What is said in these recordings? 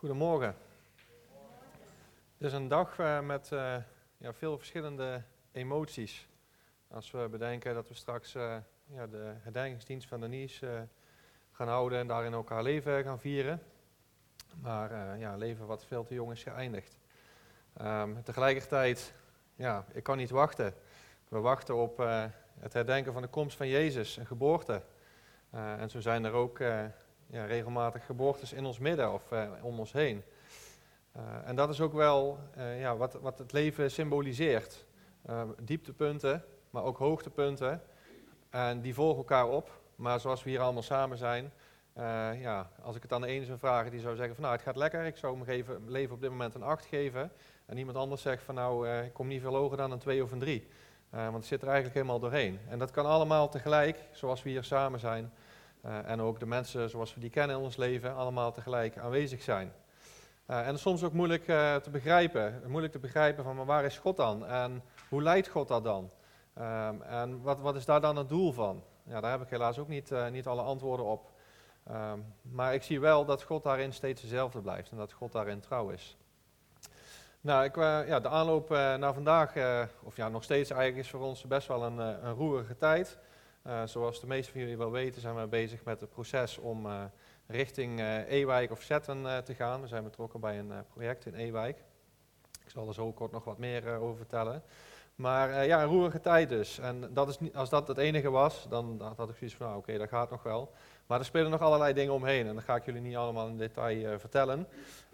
Goedemorgen. Het is een dag met veel verschillende emoties. Als we bedenken dat we straks de herdenkingsdienst van Denise gaan houden en daarin ook haar leven gaan vieren. Maar een leven wat veel te jong is geëindigd. Tegelijkertijd, ik kan niet wachten. We wachten op het herdenken van de komst van Jezus, een geboorte. En zo zijn er ook regelmatig geboortes in ons midden of om ons heen. En dat is ook wel wat het leven symboliseert. Dieptepunten, maar ook hoogtepunten. En die volgen elkaar op. Maar zoals we hier allemaal samen zijn, als ik het aan de ene zou vragen, die zou zeggen van het gaat lekker, ik zou mijn leven op dit moment een 8 geven. En iemand anders zegt van ik kom niet veel hoger dan een 2 of een 3. Want het zit er eigenlijk helemaal doorheen. En dat kan allemaal tegelijk, zoals we hier samen zijn. En ook de mensen zoals we die kennen in ons leven, allemaal tegelijk aanwezig zijn. En soms ook moeilijk te begrijpen. Moeilijk te begrijpen van, maar waar is God dan? En hoe leidt God dat dan? En wat is daar dan het doel van? Ja, daar heb ik helaas ook niet alle antwoorden op. Maar ik zie wel dat God daarin steeds dezelfde blijft en dat God daarin trouw is. Nou, de aanloop naar vandaag, nog steeds eigenlijk, is voor ons best wel een roerige tijd. Zoals de meesten van jullie wel weten, zijn we bezig met het proces om richting Ewijk of Zetten te gaan. We zijn betrokken bij een project in Ewijk. Ik zal er zo kort nog wat meer over vertellen. Maar een roerige tijd dus. En dat is niet, als dat het enige was, dan had ik zoiets van, oké, dat gaat nog wel. Maar er spelen nog allerlei dingen omheen en dat ga ik jullie niet allemaal in detail vertellen.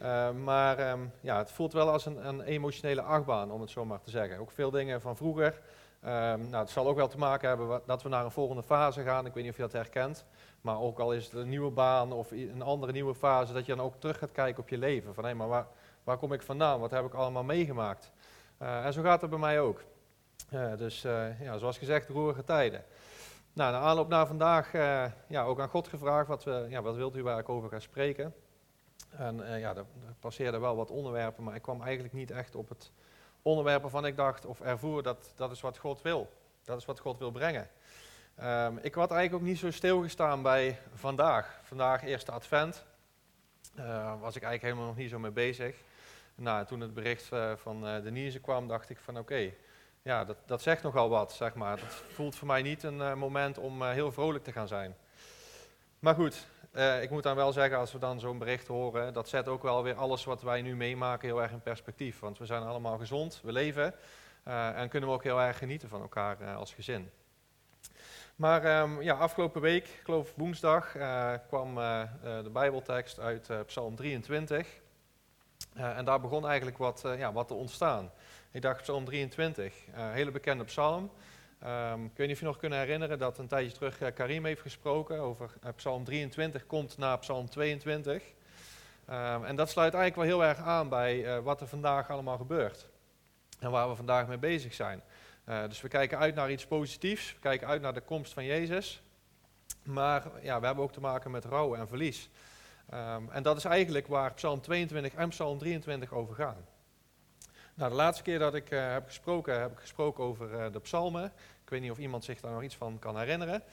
Het voelt wel als een emotionele achtbaan, om het zo maar te zeggen. Ook veel dingen van vroeger. Het zal ook wel te maken hebben dat we naar een volgende fase gaan. Ik weet niet of je dat herkent. Maar ook al is het een nieuwe baan of een andere nieuwe fase, dat je dan ook terug gaat kijken op je leven. Van maar waar kom ik vandaan? Wat heb ik allemaal meegemaakt? En zo gaat het bij mij ook. Zoals gezegd, roerige tijden. Nou, na aanloop naar vandaag ook aan God gevraagd, wat wilt u waar ik over ga spreken? En er passeerden wel wat onderwerpen, maar ik kwam eigenlijk niet echt op het onderwerp waarvan ik dacht of ervoer dat is wat God wil. Dat is wat God wil brengen. Ik had eigenlijk ook niet zo stilgestaan bij vandaag. Vandaag eerste advent. Was ik eigenlijk helemaal nog niet zo mee bezig. Nou, toen het bericht van Denise kwam, dacht ik van oké, dat zegt nogal wat, zeg maar. Dat voelt voor mij niet een moment om heel vrolijk te gaan zijn. Maar goed, ik moet dan wel zeggen, als we dan zo'n bericht horen, dat zet ook wel weer alles wat wij nu meemaken heel erg in perspectief. Want we zijn allemaal gezond, we leven en kunnen we ook heel erg genieten van elkaar als gezin. Maar afgelopen week, ik geloof woensdag, kwam de Bijbeltekst uit Psalm 23. En daar begon eigenlijk wat te ontstaan. Ik dacht Psalm 23, hele bekende psalm. Ik weet niet of je nog kunnen herinneren dat een tijdje terug Karim heeft gesproken over Psalm 23 komt na Psalm 22. En dat sluit eigenlijk wel heel erg aan bij wat er vandaag allemaal gebeurt. En waar we vandaag mee bezig zijn. Dus we kijken uit naar iets positiefs, we kijken uit naar de komst van Jezus. Maar we hebben ook te maken met rouw en verlies. En dat is eigenlijk waar Psalm 22 en Psalm 23 over gaan. Nou, de laatste keer dat ik heb ik gesproken over de psalmen. Ik weet niet of iemand zich daar nog iets van kan herinneren.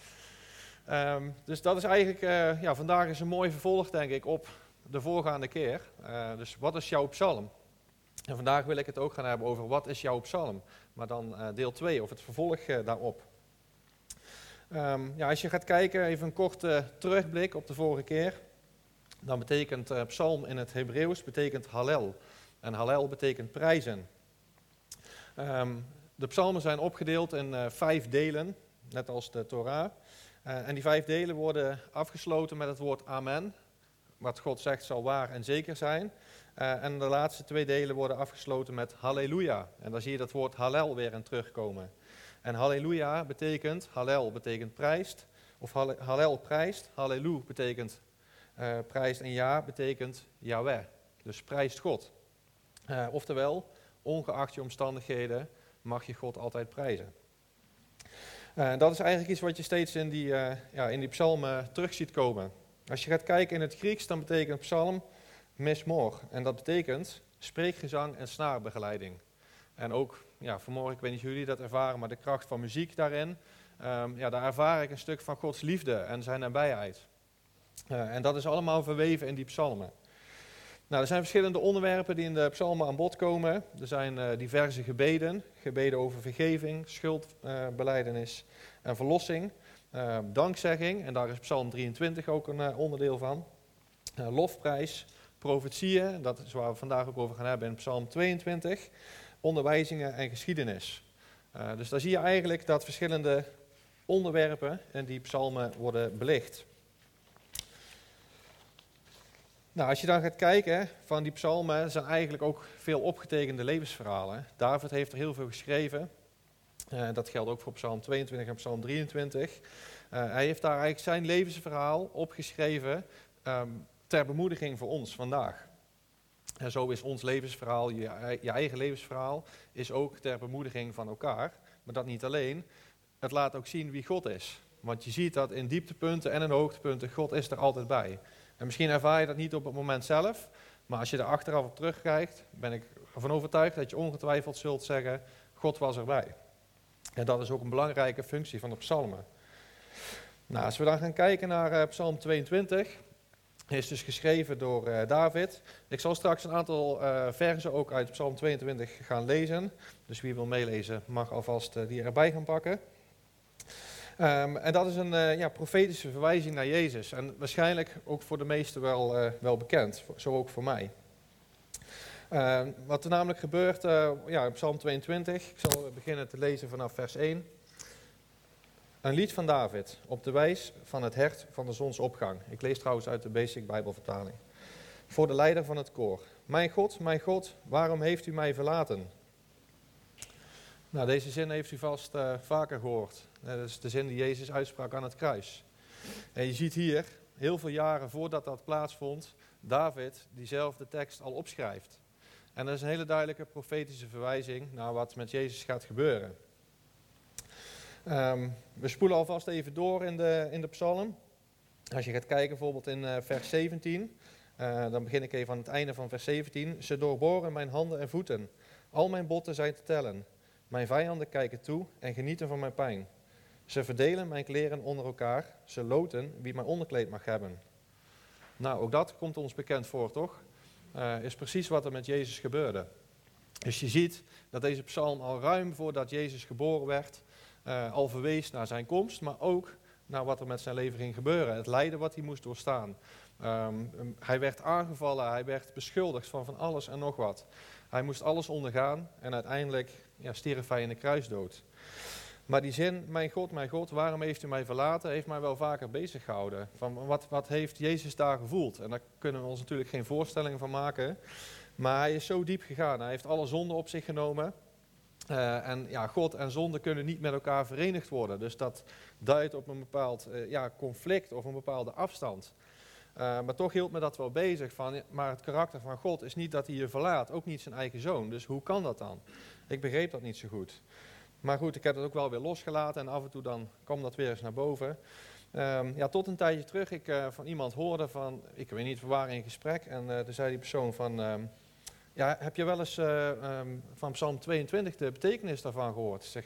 Dus dat is eigenlijk, vandaag is een mooi vervolg denk ik op de voorgaande keer. Dus wat is jouw psalm? En vandaag wil ik het ook gaan hebben over wat is jouw psalm? Maar dan deel 2 of het vervolg daarop. Als je gaat kijken, even een korte terugblik op de vorige keer. Dan betekent psalm in het Hebreeuws betekent hallel. En hallel betekent prijzen. De psalmen zijn opgedeeld in 5 delen, net als de Torah. En die 5 delen worden afgesloten met het woord amen. Wat God zegt zal waar en zeker zijn. En de laatste 2 delen worden afgesloten met halleluja. En daar zie je dat woord hallel weer in terugkomen. En halleluja betekent, hallel betekent prijst, of hallel prijst, hallelu betekent prijst en ja betekent Yahweh. Dus prijst God. Oftewel, ongeacht je omstandigheden mag je God altijd prijzen. Dat is eigenlijk iets wat je steeds in die psalmen terug ziet komen. Als je gaat kijken in het Grieks, dan betekent psalm mismor. En dat betekent spreekgezang en snaarbegeleiding. En ook, vanmorgen, ik weet niet of jullie dat ervaren, maar de kracht van muziek daarin. Daar ervaar ik een stuk van Gods liefde en zijn nabijheid. En dat is allemaal verweven in die psalmen. Nou, er zijn verschillende onderwerpen die in de psalmen aan bod komen. Er zijn diverse gebeden. Gebeden over vergeving, schuldbelijdenis en verlossing. Dankzegging, en daar is psalm 23 ook een onderdeel van. Lofprijs, profetieën, dat is waar we het vandaag ook over gaan hebben in psalm 22. Onderwijzingen en geschiedenis. Dus daar zie je eigenlijk dat verschillende onderwerpen in die psalmen worden belicht. Nou, als je dan gaat kijken van die psalmen, zijn eigenlijk ook veel opgetekende levensverhalen. David heeft er heel veel geschreven. Dat geldt ook voor psalm 22 en psalm 23. Hij heeft daar eigenlijk zijn levensverhaal opgeschreven ter bemoediging voor ons vandaag. En zo is ons levensverhaal, je eigen levensverhaal, is ook ter bemoediging van elkaar. Maar dat niet alleen. Het laat ook zien wie God is. Want je ziet dat in dieptepunten en in hoogtepunten, God is er altijd bij. En misschien ervaar je dat niet op het moment zelf, maar als je er achteraf op terugkijkt, ben ik ervan overtuigd dat je ongetwijfeld zult zeggen, God was erbij. En dat is ook een belangrijke functie van de psalmen. Nou, als we dan gaan kijken naar psalm 22, is dus geschreven door David. Ik zal straks een aantal versen ook uit psalm 22 gaan lezen. Dus wie wil meelezen mag alvast die erbij gaan pakken. En dat is een profetische verwijzing naar Jezus. En waarschijnlijk ook voor de meesten wel bekend, zo ook voor mij. Wat er namelijk gebeurt in psalm 22, ik zal beginnen te lezen vanaf vers 1. Een lied van David, op de wijs van het hert van de zonsopgang. Ik lees trouwens uit de Basic Bijbelvertaling. Voor de leider van het koor. Mijn God, waarom heeft u mij verlaten? Nou, deze zin heeft u vast vaker gehoord. Dat is de zin die Jezus uitsprak aan het kruis. En je ziet hier, heel veel jaren voordat dat plaatsvond, David diezelfde tekst al opschrijft. En dat is een hele duidelijke profetische verwijzing naar wat met Jezus gaat gebeuren. We spoelen alvast even door in de psalm. Als je gaat kijken bijvoorbeeld in vers 17, dan begin ik even aan het einde van vers 17. Ze doorboren mijn handen en voeten. Al mijn botten zijn te tellen. Mijn vijanden kijken toe en genieten van mijn pijn. Ze verdelen mijn kleren onder elkaar. Ze loten wie mijn onderkleed mag hebben. Nou, ook dat komt ons bekend voor, toch? Is precies wat er met Jezus gebeurde. Dus je ziet dat deze psalm al ruim voordat Jezus geboren werd, al verwees naar zijn komst, maar ook naar wat er met zijn leven ging gebeuren. Het lijden wat hij moest doorstaan. Hij werd aangevallen, hij werd beschuldigd van alles en nog wat. Hij moest alles ondergaan en uiteindelijk stierf hij in de kruisdood. Maar die zin, mijn God, waarom heeft u mij verlaten, heeft mij wel vaker bezig gehouden. Van wat heeft Jezus daar gevoeld? En daar kunnen we ons natuurlijk geen voorstelling van maken. Maar hij is zo diep gegaan, hij heeft alle zonden op zich genomen. God en zonde kunnen niet met elkaar verenigd worden. Dus dat duidt op een bepaald conflict of een bepaalde afstand. Maar toch hield me dat wel bezig van, maar het karakter van God is niet dat hij je verlaat, ook niet zijn eigen zoon. Dus hoe kan dat dan? Ik begreep dat niet zo goed. Maar goed, ik heb het ook wel weer losgelaten en af en toe dan kwam dat weer eens naar boven. Tot een tijdje terug ik van iemand hoorde van, ik weet niet, we waren in gesprek en toen zei die persoon van, heb je wel eens van Psalm 22 de betekenis daarvan gehoord? Ik zeg,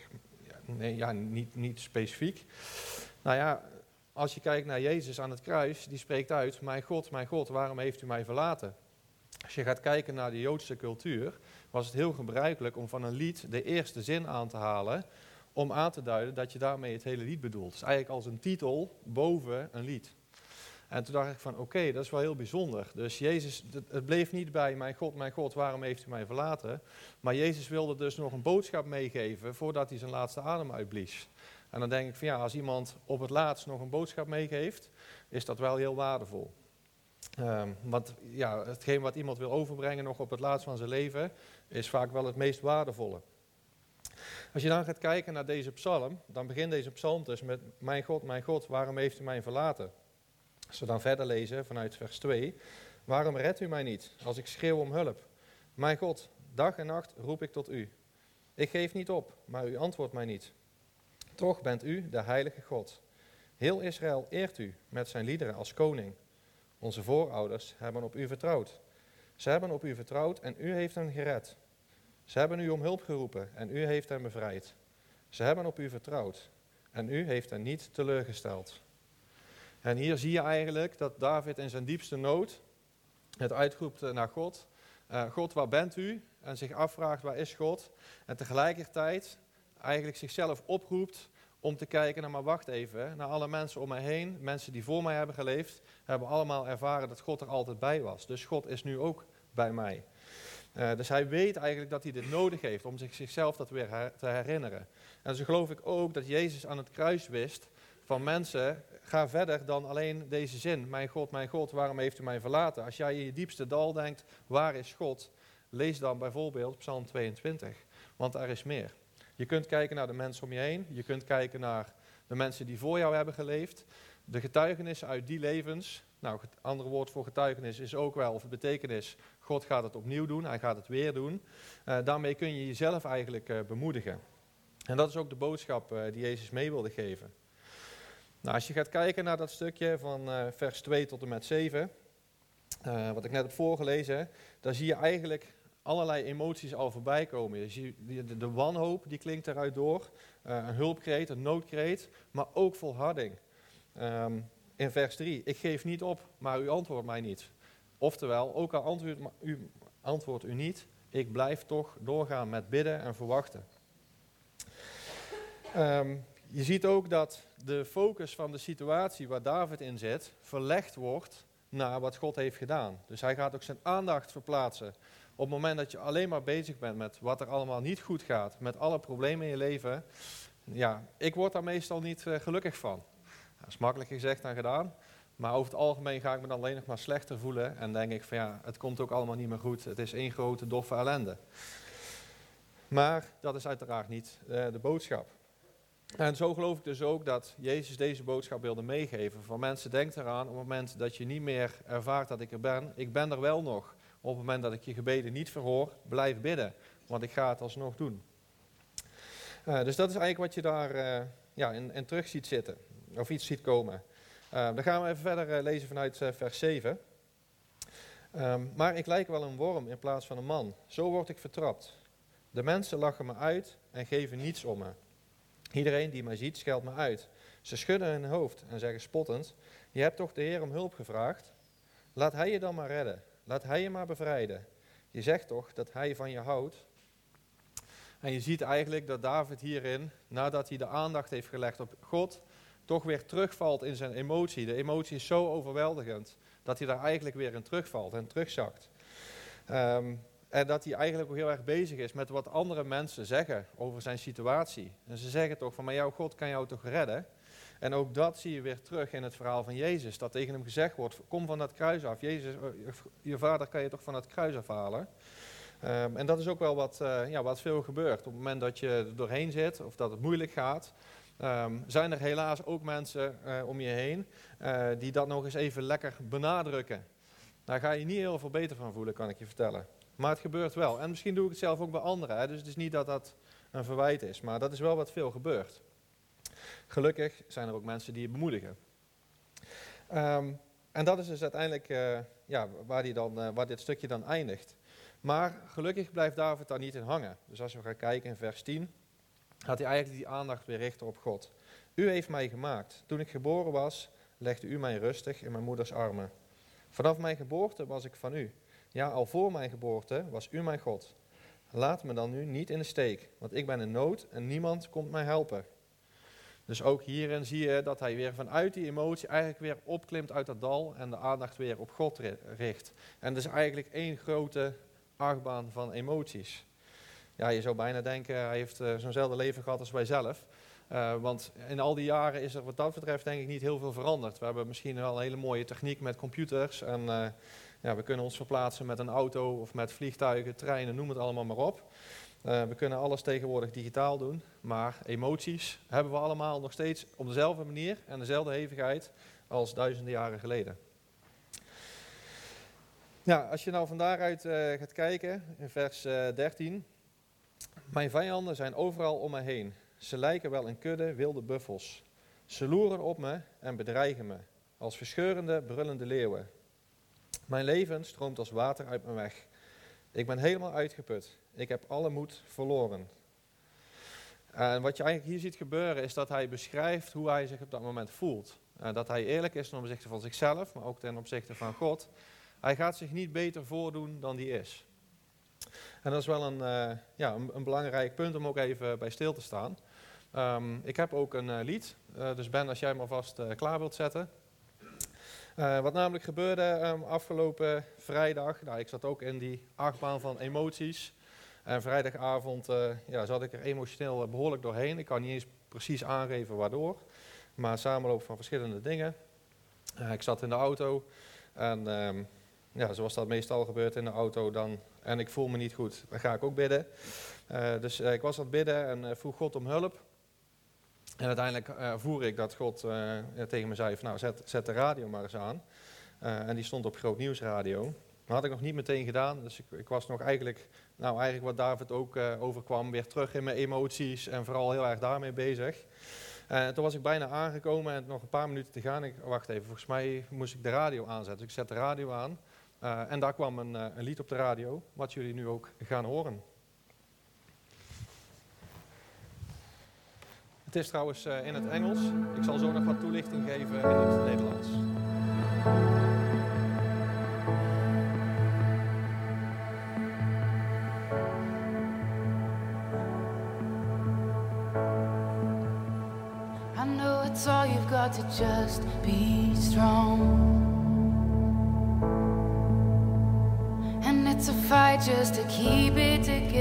niet specifiek. Nou ja, als je kijkt naar Jezus aan het kruis, die spreekt uit, mijn God, waarom heeft u mij verlaten? Als je gaat kijken naar de Joodse cultuur, was het heel gebruikelijk om van een lied de eerste zin aan te halen, om aan te duiden dat je daarmee het hele lied bedoelt. Dus eigenlijk als een titel boven een lied. En toen dacht ik van oké, dat is wel heel bijzonder. Dus Jezus, het bleef niet bij mijn God, waarom heeft u mij verlaten? Maar Jezus wilde dus nog een boodschap meegeven voordat hij zijn laatste adem uitblies. En dan denk ik van als iemand op het laatst nog een boodschap meegeeft, is dat wel heel waardevol. Want hetgeen wat iemand wil overbrengen nog op het laatst van zijn leven, is vaak wel het meest waardevolle. Als je dan gaat kijken naar deze psalm, dan begint deze psalm dus met mijn God, waarom heeft u mij verlaten? Als we dan verder lezen vanuit vers 2, waarom redt u mij niet als ik schreeuw om hulp? Mijn God, dag en nacht roep ik tot u. Ik geef niet op, maar u antwoordt mij niet. Toch bent u de heilige God. Heel Israël eert u met zijn liederen als koning. Onze voorouders hebben op u vertrouwd. Ze hebben op u vertrouwd en u heeft hen gered. Ze hebben u om hulp geroepen en u heeft hen bevrijd. Ze hebben op u vertrouwd en u heeft hen niet teleurgesteld. En hier zie je eigenlijk dat David in zijn diepste nood het uitroept naar God. God, waar bent u? En zich afvraagt, waar is God? En tegelijkertijd eigenlijk zichzelf oproept om te kijken naar, maar wacht even, naar alle mensen om mij heen. Mensen die voor mij hebben geleefd, hebben allemaal ervaren dat God er altijd bij was. Dus God is nu ook bij mij. Dus hij weet eigenlijk dat hij dit nodig heeft om zichzelf dat weer te herinneren. En zo geloof ik ook dat Jezus aan het kruis wist van mensen, ga verder dan alleen deze zin. Mijn God, waarom heeft u mij verlaten? Als jij in je diepste dal denkt, waar is God? Lees dan bijvoorbeeld Psalm 22, want er is meer. Je kunt kijken naar de mensen om je heen, je kunt kijken naar de mensen die voor jou hebben geleefd. De getuigenissen uit die levens, nou het andere woord voor getuigenis is ook wel, of het betekenis, God gaat het opnieuw doen, hij gaat het weer doen. Daarmee kun je jezelf eigenlijk bemoedigen. En dat is ook de boodschap die Jezus mee wilde geven. Nou, als je gaat kijken naar dat stukje van vers 2 tot en met 7, wat ik net heb voorgelezen, dan zie je eigenlijk allerlei emoties al voorbij komen. Je ziet de wanhoop, die klinkt eruit door, een hulpkreet, een noodkreet, maar ook volharding. In vers 3, ik geef niet op, maar u antwoordt mij niet. Oftewel, ook al antwoordt u niet, ik blijf toch doorgaan met bidden en verwachten. Je ziet ook dat de focus van de situatie waar David in zit, verlegd wordt naar wat God heeft gedaan. Dus hij gaat ook zijn aandacht verplaatsen. Op het moment dat je alleen maar bezig bent met wat er allemaal niet goed gaat, met alle problemen in je leven, ja, ik word daar meestal niet gelukkig van. Dat is makkelijker gezegd dan gedaan, maar over het algemeen ga ik me dan alleen nog maar slechter voelen en denk ik van ja, het komt ook allemaal niet meer goed, het is één grote doffe ellende. Maar dat is uiteraard niet de boodschap. En zo geloof ik dus ook dat Jezus deze boodschap wilde meegeven. Van mensen, denk eraan, op het moment dat je niet meer ervaart dat ik ben er wel nog. Op het moment dat ik je gebeden niet verhoor, blijf bidden, want ik ga het alsnog doen. Dus dat is eigenlijk wat je daar in terug ziet zitten, of iets ziet komen. Dan gaan we even verder lezen vanuit vers 7. Maar ik lijk wel een worm in plaats van een man, zo word ik vertrapt. De mensen lachen me uit en geven niets om me. Iedereen die mij ziet, scheldt me uit. Ze schudden hun hoofd en zeggen spottend, je hebt toch de Heer om hulp gevraagd? Laat hij je dan maar redden. Laat hij je maar bevrijden. Je zegt toch dat hij van je houdt? En je ziet eigenlijk dat David hierin, nadat hij de aandacht heeft gelegd op God, toch weer terugvalt in zijn emotie. De emotie is zo overweldigend dat hij daar eigenlijk weer in terugvalt en terugzakt. En dat hij eigenlijk ook heel erg bezig is met wat andere mensen zeggen over zijn situatie. En ze zeggen toch van, maar jouw God kan jou toch redden? En ook dat zie je weer terug in het verhaal van Jezus. Dat tegen hem gezegd wordt, kom van dat kruis af. Jezus, je vader kan je toch van dat kruis afhalen? En dat is ook wel wat veel gebeurt. Op het moment dat je er doorheen zit of dat het moeilijk gaat, zijn er helaas ook mensen om je heen die dat nog eens even lekker benadrukken. Daar ga je niet heel veel beter van voelen, kan ik je vertellen. Maar het gebeurt wel. En misschien doe ik het zelf ook bij anderen. Hè? Dus het is niet dat dat een verwijt is. Maar dat is wel wat veel gebeurt. Gelukkig zijn er ook mensen die je bemoedigen. En dat is dus uiteindelijk waar dit stukje dan eindigt. Maar gelukkig blijft David daar niet in hangen. Dus als we gaan kijken in vers 10, gaat hij eigenlijk die aandacht weer richten op God. U heeft mij gemaakt. Toen ik geboren was, legde u mij rustig in mijn moeders armen. Vanaf mijn geboorte was ik van u. Ja, al voor mijn geboorte was u mijn God. Laat me dan nu niet in de steek, want ik ben in nood en niemand komt mij helpen. Dus ook hierin zie je dat hij weer vanuit die emotie eigenlijk weer opklimt uit dat dal en de aandacht weer op God richt. En dat is eigenlijk één grote achtbaan van emoties. Ja, je zou bijna denken, hij heeft zo'nzelfde leven gehad als wij zelf. Want in al die jaren is er wat dat betreft denk ik niet heel veel veranderd. We hebben misschien wel een hele mooie techniek met computers en we kunnen ons verplaatsen met een auto of met vliegtuigen, treinen, noem het allemaal maar op. We kunnen alles tegenwoordig digitaal doen, maar emoties hebben we allemaal nog steeds op dezelfde manier en dezelfde hevigheid als duizenden jaren geleden. Ja, als je nou van daaruit gaat kijken in vers 13. Mijn vijanden zijn overal om me heen. Ze lijken wel een kudde wilde buffels. Ze loeren op me en bedreigen me, als verscheurende, brullende leeuwen. Mijn leven stroomt als water uit mijn weg. Ik ben helemaal uitgeput. Ik heb alle moed verloren. En wat je eigenlijk hier ziet gebeuren is dat hij beschrijft hoe hij zich op dat moment voelt. Dat hij eerlijk is ten opzichte van zichzelf, maar ook ten opzichte van God. Hij gaat zich niet beter voordoen dan die is. En dat is wel een belangrijk punt om ook even bij stil te staan. Ik heb ook een lied, dus Ben, als jij maar vast klaar wilt zetten. Wat namelijk gebeurde afgelopen vrijdag, nou, ik zat ook in die achtbaan van emoties. En vrijdagavond zat ik er emotioneel behoorlijk doorheen. Ik kan niet eens precies aangeven waardoor, maar een samenloop van verschillende dingen. Ik zat in de auto en zoals dat meestal gebeurt in de auto dan, en ik voel me niet goed, dan ga ik ook bidden. Dus ik was aan het bidden en vroeg God om hulp. En uiteindelijk voer ik dat God tegen me zei van nou zet de radio maar eens aan. En die stond op Groot Nieuwsradio. Dat had ik nog niet meteen gedaan, dus ik was nog eigenlijk wat David ook overkwam, weer terug in mijn emoties en vooral heel erg daarmee bezig. Toen was ik bijna aangekomen en nog een paar minuten te gaan. Wacht even, volgens mij moest ik de radio aanzetten. Dus ik zet de radio aan en daar kwam een lied op de radio, wat jullie nu ook gaan horen. Het is trouwens in het Engels. Ik zal zo nog wat toelichting geven in het Nederlands. I know it's all you've got to just be strong. And it's a fight just to keep it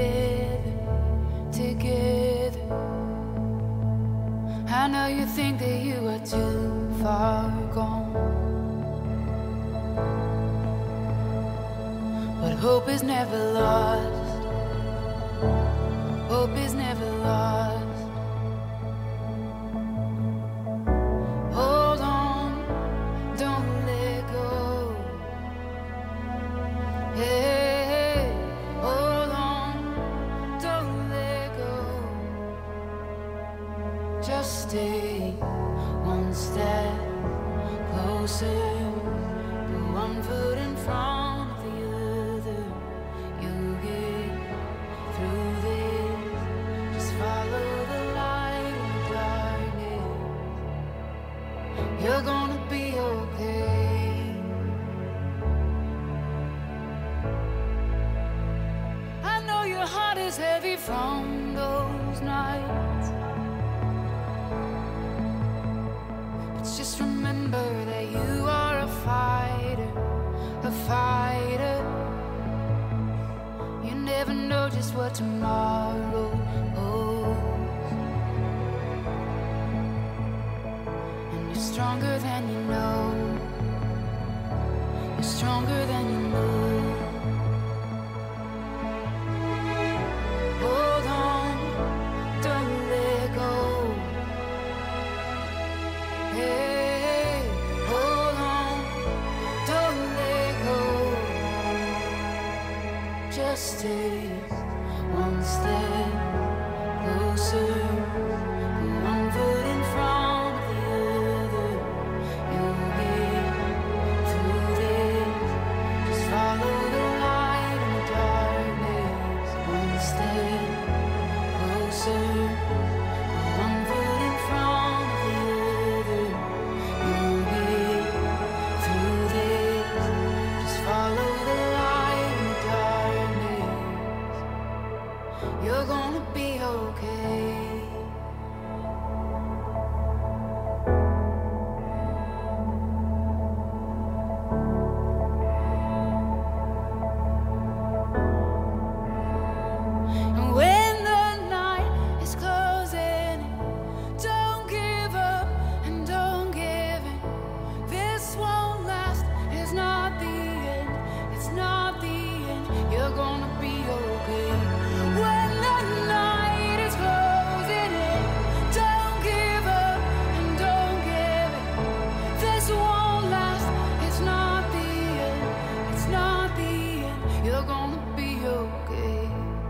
together. I know you think that you are too far gone, but hope is never lost. Hope is never lost. Hold on, don't let go. Hey, hold on, don't let go. Just stay one step closer, put one foot in front of the other. You'll get through this, just follow the light in the darkness. You're gonna be okay. I know your heart is heavy from those nights. Just remember that you are a fighter, a fighter. You never know just what tomorrow holds. And you're stronger than you know. You're stronger than you know. Hold on, don't let go. Hey, hold on, don't let go. Just take one step closer, put one foot in front of the other. You'll get through this, just follow the light in the darkness. One step closer, put one foot in front of the other. You'll get through this, just follow the light in the darkness. You're gonna be okay. And when the night is closing, don't give up and don't give in. This won't last, it's not the end, it's not the end. You're gonna be okay. When the night is closing in, don't give up and don't give in. This won't last, it's not the end, it's not the end. You're gonna be okay.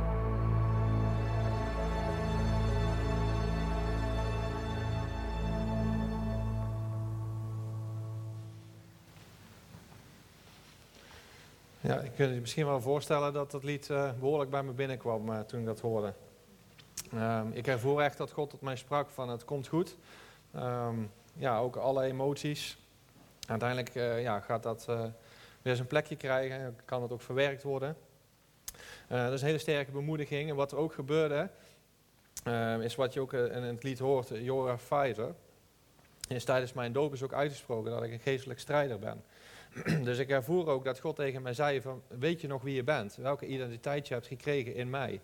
Ja, je kunt je misschien wel voorstellen dat dat lied behoorlijk bij me binnenkwam toen ik dat hoorde. Ik ervoer echt dat God tot mij sprak van het komt goed. Ook alle emoties. Uiteindelijk gaat dat weer zijn plekje krijgen, kan het ook verwerkt worden. Dat is een hele sterke bemoediging. En wat er ook gebeurde, is wat je ook in het lied hoort, You're a fighter. Is tijdens mijn doop is ook uitgesproken dat ik een geestelijk strijder ben. Dus ik ervoer ook dat God tegen mij zei van, weet je nog wie je bent? Welke identiteit je hebt gekregen in mij?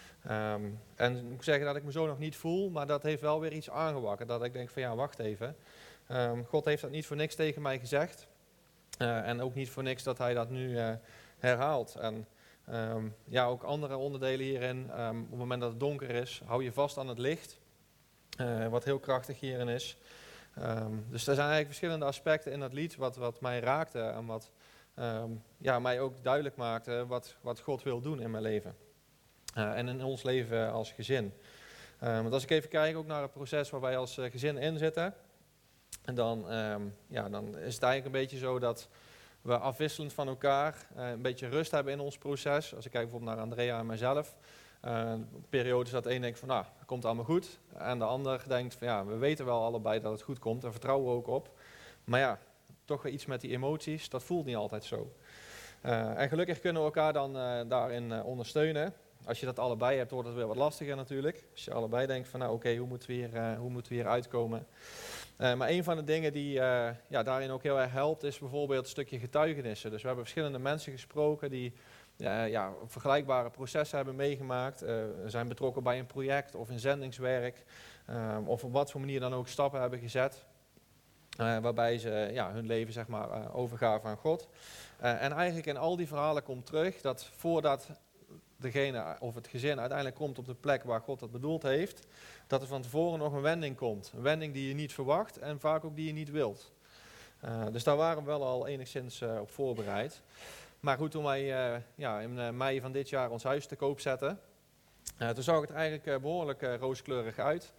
En ik moet zeggen dat ik me zo nog niet voel, maar dat heeft wel weer iets aangewakkerd. Dat ik denk van ja, wacht even. God heeft dat niet voor niks tegen mij gezegd. En ook niet voor niks dat hij dat nu herhaalt. En ja, ook andere onderdelen hierin. Op het moment dat het donker is, hou je vast aan het licht. Wat heel krachtig hierin is. Dus er zijn eigenlijk verschillende aspecten in dat lied wat mij raakte. En wat ja, mij ook duidelijk maakte wat God wil doen in mijn leven. En in ons leven als gezin. Want als ik even kijk ook naar het proces waar wij als gezin in zitten. En dan is het eigenlijk een beetje zo dat we afwisselend van elkaar een beetje rust hebben in ons proces. Als ik kijk bijvoorbeeld naar Andrea en mijzelf. Periodes dat de een denkt van nou, het komt allemaal goed. En de ander denkt van ja, we weten wel allebei dat het goed komt. Daar vertrouwen we ook op. Maar ja, toch weer iets met die emoties, dat voelt niet altijd zo. En gelukkig kunnen we elkaar dan daarin ondersteunen. Als je dat allebei hebt, wordt het weer wat lastiger natuurlijk. Als je allebei denkt van nou oké, hoe moeten we hier uitkomen? Maar een van de dingen die daarin ook heel erg helpt, is bijvoorbeeld een stukje getuigenissen. Dus we hebben verschillende mensen gesproken die vergelijkbare processen hebben meegemaakt. Zijn betrokken bij een project of in zendingswerk. Of op wat voor manier dan ook stappen hebben gezet. Waarbij ze hun leven zeg maar overgaven aan God. En eigenlijk in al die verhalen komt terug dat voordat degene of het gezin uiteindelijk komt op de plek waar God dat bedoeld heeft, dat er van tevoren nog een wending komt. Een wending die je niet verwacht en vaak ook die je niet wilt. Dus daar waren we wel al enigszins op voorbereid. Maar goed, toen wij in mei van dit jaar ons huis te koop zetten, toen zag het eigenlijk behoorlijk rooskleurig uit.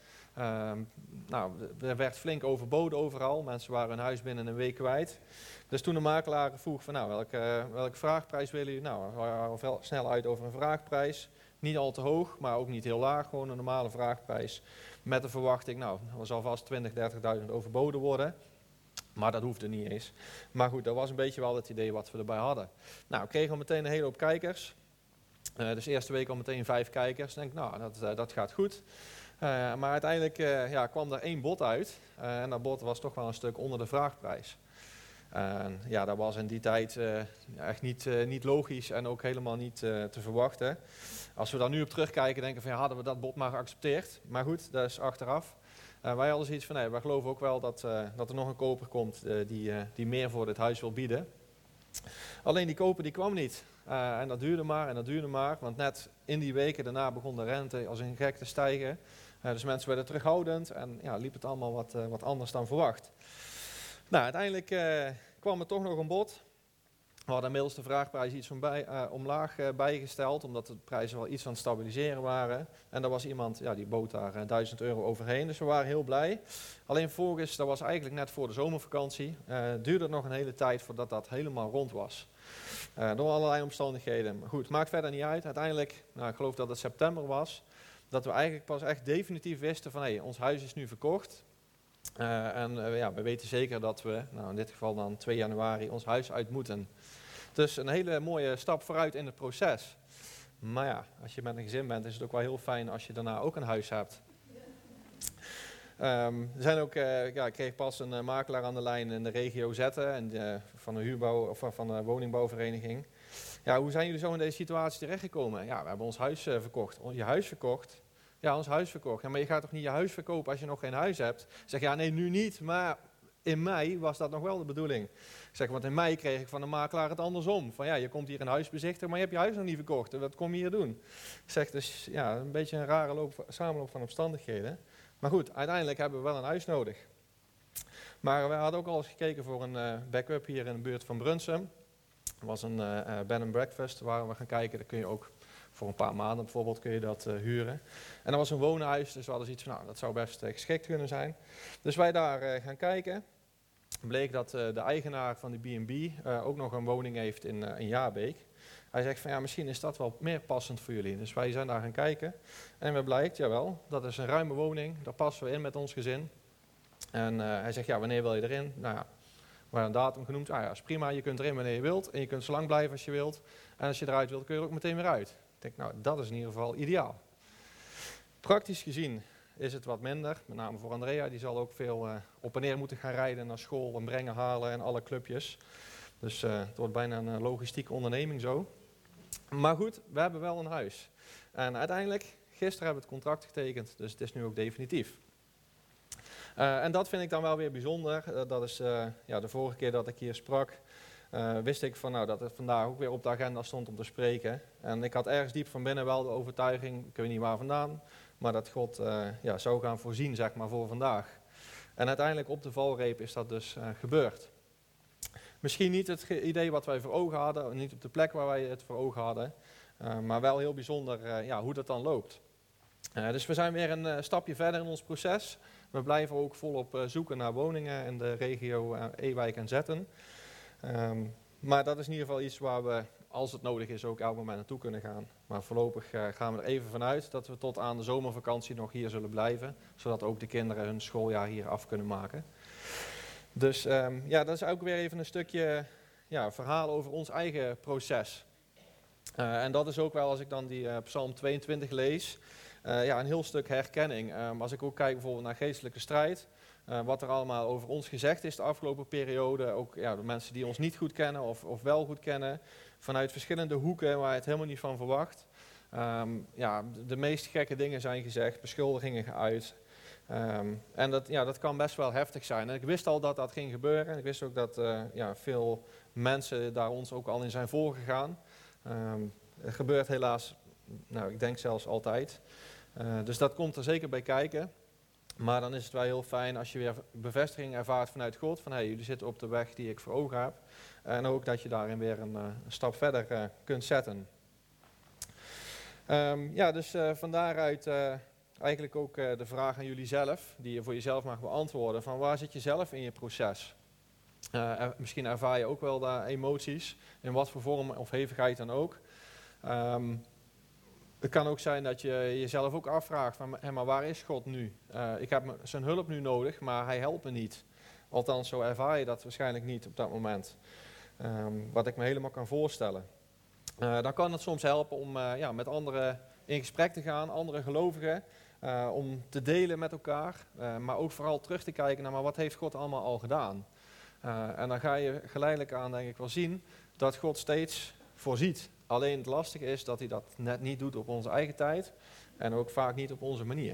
Er werd flink overboden overal. Mensen waren hun huis binnen een week kwijt. Dus toen de makelaar vroeg van welke vraagprijs willen jullie? Nou, we waren snel uit over een vraagprijs. Niet al te hoog, maar ook niet heel laag. Gewoon een normale vraagprijs. Met de verwachting, er zal vast 20.000, 30.000 overboden worden. Maar dat hoefde niet eens. Maar goed, dat was een beetje wel het idee wat we erbij hadden. Nou, we kregen al meteen een hele hoop kijkers. Dus de eerste week al meteen 5 kijkers. Ik denk, dat gaat goed. Maar uiteindelijk kwam er 1 bod uit. En dat bod was toch wel een stuk onder de vraagprijs. Dat was in die tijd echt niet logisch en ook helemaal niet te verwachten. Als we daar nu op terugkijken, denken van hadden we dat bod maar geaccepteerd. Maar goed, dat is achteraf. Wij hadden zoiets van, wij geloven ook wel dat er nog een koper komt die meer voor dit huis wil bieden. Alleen die koper die kwam niet. En dat duurde maar en dat duurde maar. Want net in die weken daarna begon de rente als een gek te stijgen. Dus mensen werden terughoudend en liep het allemaal wat anders dan verwacht. Nou, uiteindelijk kwam er toch nog een bod. We hadden inmiddels de vraagprijs iets omlaag bijgesteld, omdat de prijzen wel iets aan het stabiliseren waren. En er was iemand die bood daar €1000 overheen, dus we waren heel blij. Alleen vervolgens, dat was eigenlijk net voor de zomervakantie, duurde het nog een hele tijd voordat dat helemaal rond was. Door allerlei omstandigheden. Maar goed, maakt verder niet uit. Uiteindelijk, ik geloof dat het september was, dat we eigenlijk pas echt definitief wisten van ons huis is nu verkocht. We weten zeker dat we, in dit geval dan 2 januari, ons huis uit moeten. Dus een hele mooie stap vooruit in het proces. Maar als je met een gezin bent, is het ook wel heel fijn als je daarna ook een huis hebt. Er zijn ook, ik kreeg pas een makelaar aan de lijn in de regio Zetten van de huurbouw of van de woningbouwvereniging. Hoe zijn jullie zo in deze situatie terechtgekomen? We hebben ons huis verkocht. Je huis verkocht? Ja, ons huis verkocht. Maar je gaat toch niet je huis verkopen als je nog geen huis hebt? Ik zeg, nee, nu niet, maar in mei was dat nog wel de bedoeling. Ik zeg, want in mei kreeg ik van de makelaar het andersom. Van je komt hier een huis bezichtigen, maar je hebt je huis nog niet verkocht. Wat kom je hier doen? Ik zeg, dus een beetje een rare samenloop van omstandigheden. Maar goed, uiteindelijk hebben we wel een huis nodig. Maar we hadden ook al eens gekeken voor een backup hier in de buurt van Brunsum. Er was een bed and breakfast waar we gaan kijken. Daar kun je ook voor een paar maanden bijvoorbeeld kun je dat huren. En dat was een woonhuis, dus we hadden zoiets van, dat zou best geschikt kunnen zijn. Dus wij daar gaan kijken. Bleek dat de eigenaar van die B&B ook nog een woning heeft in Jaarbeek. Hij zegt van, misschien is dat wel meer passend voor jullie. Dus wij zijn daar gaan kijken. En we blijkt, jawel, dat is een ruime woning. Daar passen we in met ons gezin. En hij zegt, wanneer wil je erin? waar een datum genoemd. Ja, is prima, je kunt erin wanneer je wilt en je kunt zo lang blijven als je wilt. En als je eruit wilt, kun je er ook meteen weer uit. Ik denk, nou, dat is in ieder geval ideaal. Praktisch gezien is het wat minder, met name voor Andrea. Die zal ook veel op en neer moeten gaan rijden naar school en brengen, halen en alle clubjes. Dus het wordt bijna een logistieke onderneming zo. Maar goed, we hebben wel een huis. En uiteindelijk, gisteren hebben we het contract getekend, dus het is nu ook definitief. En dat vind ik dan wel weer bijzonder. Dat is de vorige keer dat ik hier sprak, wist ik van, dat het vandaag ook weer op de agenda stond om te spreken. En ik had ergens diep van binnen wel de overtuiging, ik weet niet waar vandaan, maar dat God zou gaan voorzien, zeg maar, voor vandaag. En uiteindelijk op de valreep is dat dus gebeurd. Misschien niet het idee wat wij voor ogen hadden, niet op de plek waar wij het voor ogen hadden, maar wel heel bijzonder hoe dat dan loopt. Dus we zijn weer een stapje verder in ons proces. We blijven ook volop zoeken naar woningen in de regio Ewijk en Zetten. Maar dat is in ieder geval iets waar we, als het nodig is, ook elk moment naartoe kunnen gaan. Maar voorlopig gaan we er even vanuit dat we tot aan de zomervakantie nog hier zullen blijven. Zodat ook de kinderen hun schooljaar hier af kunnen maken. Dus dat is ook weer even een stukje verhaal over ons eigen proces. En dat is ook wel, als ik dan die Psalm 22 lees, een heel stuk herkenning. Als ik ook kijk bijvoorbeeld naar geestelijke strijd, wat er allemaal over ons gezegd is de afgelopen periode, ook de mensen die ons niet goed kennen of wel goed kennen, vanuit verschillende hoeken waar je het helemaal niet van verwacht. De meest gekke dingen zijn gezegd, beschuldigingen geuit. En dat kan best wel heftig zijn. En ik wist al dat dat ging gebeuren. Ik wist ook dat veel mensen daar ons ook al in zijn voorgegaan. Het gebeurt helaas, ik denk zelfs altijd. Dus dat komt er zeker bij kijken. Maar dan is het wel heel fijn als je weer bevestiging ervaart vanuit God. Van jullie zitten op de weg die ik voor ogen heb. En ook dat je daarin weer een stap verder kunt zetten. Dus van daaruit eigenlijk ook de vraag aan jullie zelf. Die je voor jezelf mag beantwoorden. Van waar zit je zelf in je proces? Misschien ervaar je ook wel de emoties. In wat voor vorm of hevigheid dan ook. Het kan ook zijn dat je jezelf ook afvraagt, maar waar is God nu? Ik heb zijn hulp nu nodig, maar hij helpt me niet. Althans, zo ervaar je dat waarschijnlijk niet op dat moment. Wat ik me helemaal kan voorstellen. Dan kan het soms helpen om met anderen in gesprek te gaan, andere gelovigen. Om te delen met elkaar, maar ook vooral terug te kijken naar maar wat heeft God allemaal al gedaan. En dan ga je geleidelijk aan denk ik wel zien dat God steeds voorziet. Alleen het lastige is dat hij dat net niet doet op onze eigen tijd en ook vaak niet op onze manier.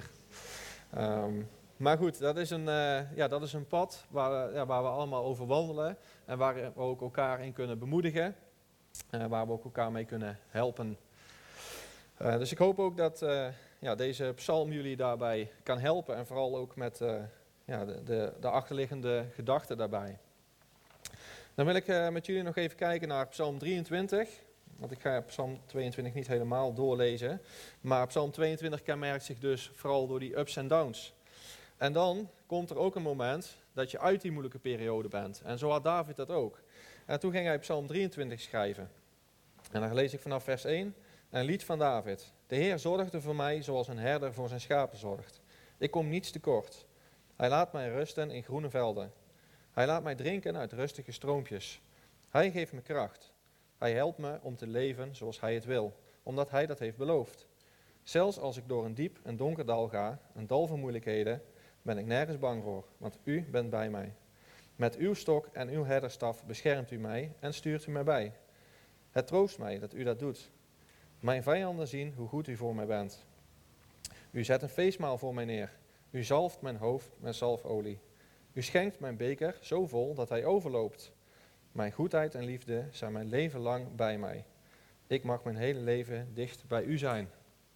Maar goed, dat is een pad waar we allemaal over wandelen en waar we ook elkaar in kunnen bemoedigen. Waar we ook elkaar mee kunnen helpen. Dus ik hoop ook dat deze psalm jullie daarbij kan helpen en vooral ook met de achterliggende gedachten daarbij. Dan wil ik met jullie nog even kijken naar Psalm 23. Want ik ga Psalm 22 niet helemaal doorlezen. Maar Psalm 22 kenmerkt zich dus vooral door die ups en downs. En dan komt er ook een moment dat je uit die moeilijke periode bent. En zo had David dat ook. En toen ging hij Psalm 23 schrijven. En dan lees ik vanaf vers 1. Een lied van David. De Heer zorgde voor mij zoals een herder voor zijn schapen zorgt. Ik kom niets tekort. Hij laat mij rusten in groene velden. Hij laat mij drinken uit rustige stroompjes. Hij geeft me kracht. Hij helpt me om te leven zoals hij het wil, omdat hij dat heeft beloofd. Zelfs als ik door een diep en donker dal ga, een dal van moeilijkheden, ben ik nergens bang voor, want u bent bij mij. Met uw stok en uw herderstaf beschermt u mij en stuurt u mij bij. Het troost mij dat u dat doet. Mijn vijanden zien hoe goed u voor mij bent. U zet een feestmaal voor mij neer. U zalft mijn hoofd met zalfolie. U schenkt mijn beker zo vol dat hij overloopt. Mijn goedheid en liefde zijn mijn leven lang bij mij. Ik mag mijn hele leven dicht bij u zijn.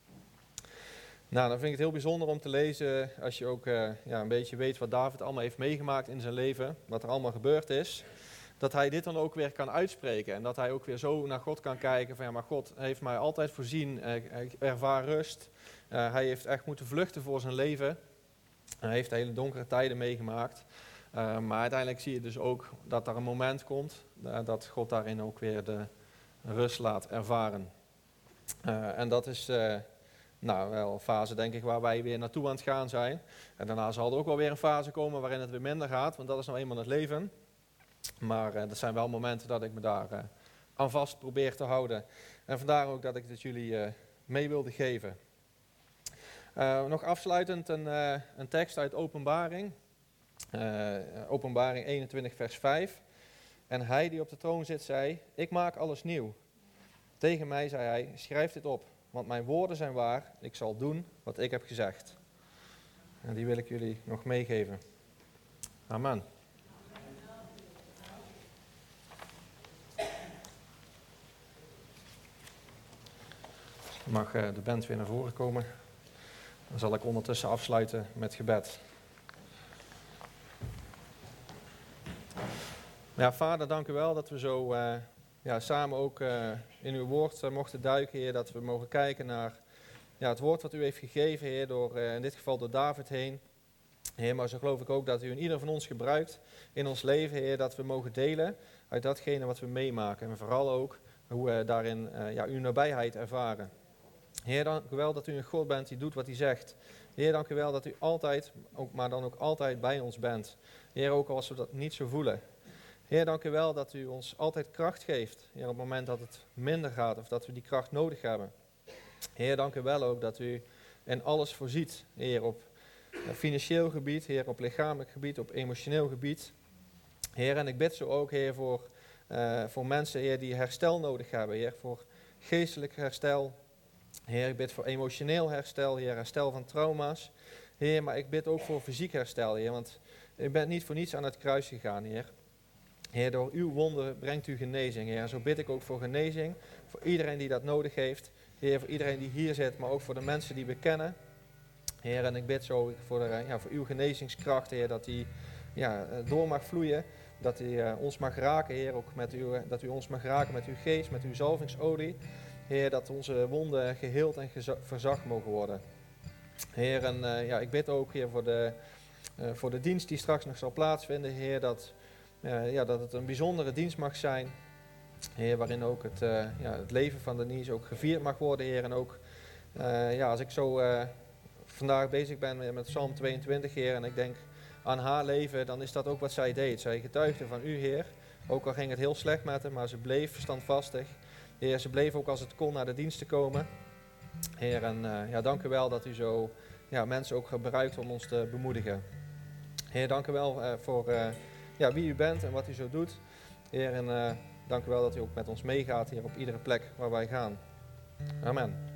Nou, dan vind ik het heel bijzonder om te lezen als je ook een beetje weet wat David allemaal heeft meegemaakt in zijn leven. Wat er allemaal gebeurd is. Dat hij dit dan ook weer kan uitspreken. En dat hij ook weer zo naar God kan kijken van maar God heeft mij altijd voorzien. Ik ervaar rust. Hij heeft echt moeten vluchten voor zijn leven. Hij heeft hele donkere tijden meegemaakt. Maar uiteindelijk zie je dus ook dat er een moment komt dat God daarin ook weer de rust laat ervaren. En dat is wel een fase denk ik waar wij weer naartoe aan het gaan zijn. En daarna zal er ook wel weer een fase komen waarin het weer minder gaat, want dat is nou eenmaal het leven. Maar dat zijn wel momenten dat ik me daar aan vast probeer te houden. En vandaar ook dat ik dit jullie mee wilde geven. Nog afsluitend een tekst uit Openbaring. Openbaring 21 vers 5. En hij die op de troon zit zei, ik maak alles nieuw. Tegen mij zei hij, schrijf dit op, want mijn woorden zijn waar. Ik zal doen wat ik heb gezegd. En die wil ik jullie nog meegeven. Amen. Mag de band weer naar voren komen. Dan zal ik ondertussen afsluiten met gebed. Ja, Vader, dank u wel dat we zo samen ook in uw woord mochten duiken, Heer. Dat we mogen kijken naar het woord wat u heeft gegeven, Heer, door in dit geval door David heen. Heer, maar zo geloof ik ook dat u in ieder van ons gebruikt in ons leven, Heer, dat we mogen delen uit datgene wat we meemaken. En vooral ook hoe we daarin uw nabijheid ervaren. Heer, dank u wel dat u een God bent die doet wat hij zegt. Heer, dank u wel dat u altijd, maar dan ook altijd bij ons bent. Heer, ook als we dat niet zo voelen. Heer, dank u wel dat u ons altijd kracht geeft. Heer, op het moment dat het minder gaat of dat we die kracht nodig hebben. Heer, dank u wel ook dat u in alles voorziet. Heer, op financieel gebied, Heer, op lichamelijk gebied, op emotioneel gebied. Heer, en ik bid zo ook, Heer, voor mensen, Heer, die herstel nodig hebben. Heer, voor geestelijk herstel. Heer, ik bid voor emotioneel herstel, Heer, herstel van trauma's. Heer, maar ik bid ook voor fysiek herstel, Heer, want u bent niet voor niets aan het kruis gegaan, Heer. Heer, door uw wonden brengt u genezing, Heer. En zo bid ik ook voor genezing, voor iedereen die dat nodig heeft. Heer, voor iedereen die hier zit, maar ook voor de mensen die we kennen. Heer, en ik bid zo voor uw genezingskracht, Heer, dat die door mag vloeien. Dat die ons mag raken, Heer, ook dat u ons mag raken met uw geest, met uw zalvingsolie. Heer, dat onze wonden geheeld en verzacht mogen worden. Heer, en ik bid ook, Heer, voor de dienst die straks nog zal plaatsvinden, Heer, dat het een bijzondere dienst mag zijn. Heer, waarin ook het leven van Denise ook gevierd mag worden, Heer. En ook, als ik zo vandaag bezig ben met Psalm 22, Heer, en ik denk aan haar leven, dan is dat ook wat zij deed. Zij getuigde van u, Heer. Ook al ging het heel slecht met haar, maar ze bleef standvastig. Heer, ze bleef ook als het kon naar de dienst te komen. Heer, en dank u wel dat u zo mensen ook gebruikt om ons te bemoedigen. Heer, dank u wel voor wie u bent en wat u zo doet. Heer, en dank u wel dat u ook met ons meegaat, Heer, op iedere plek waar wij gaan. Amen.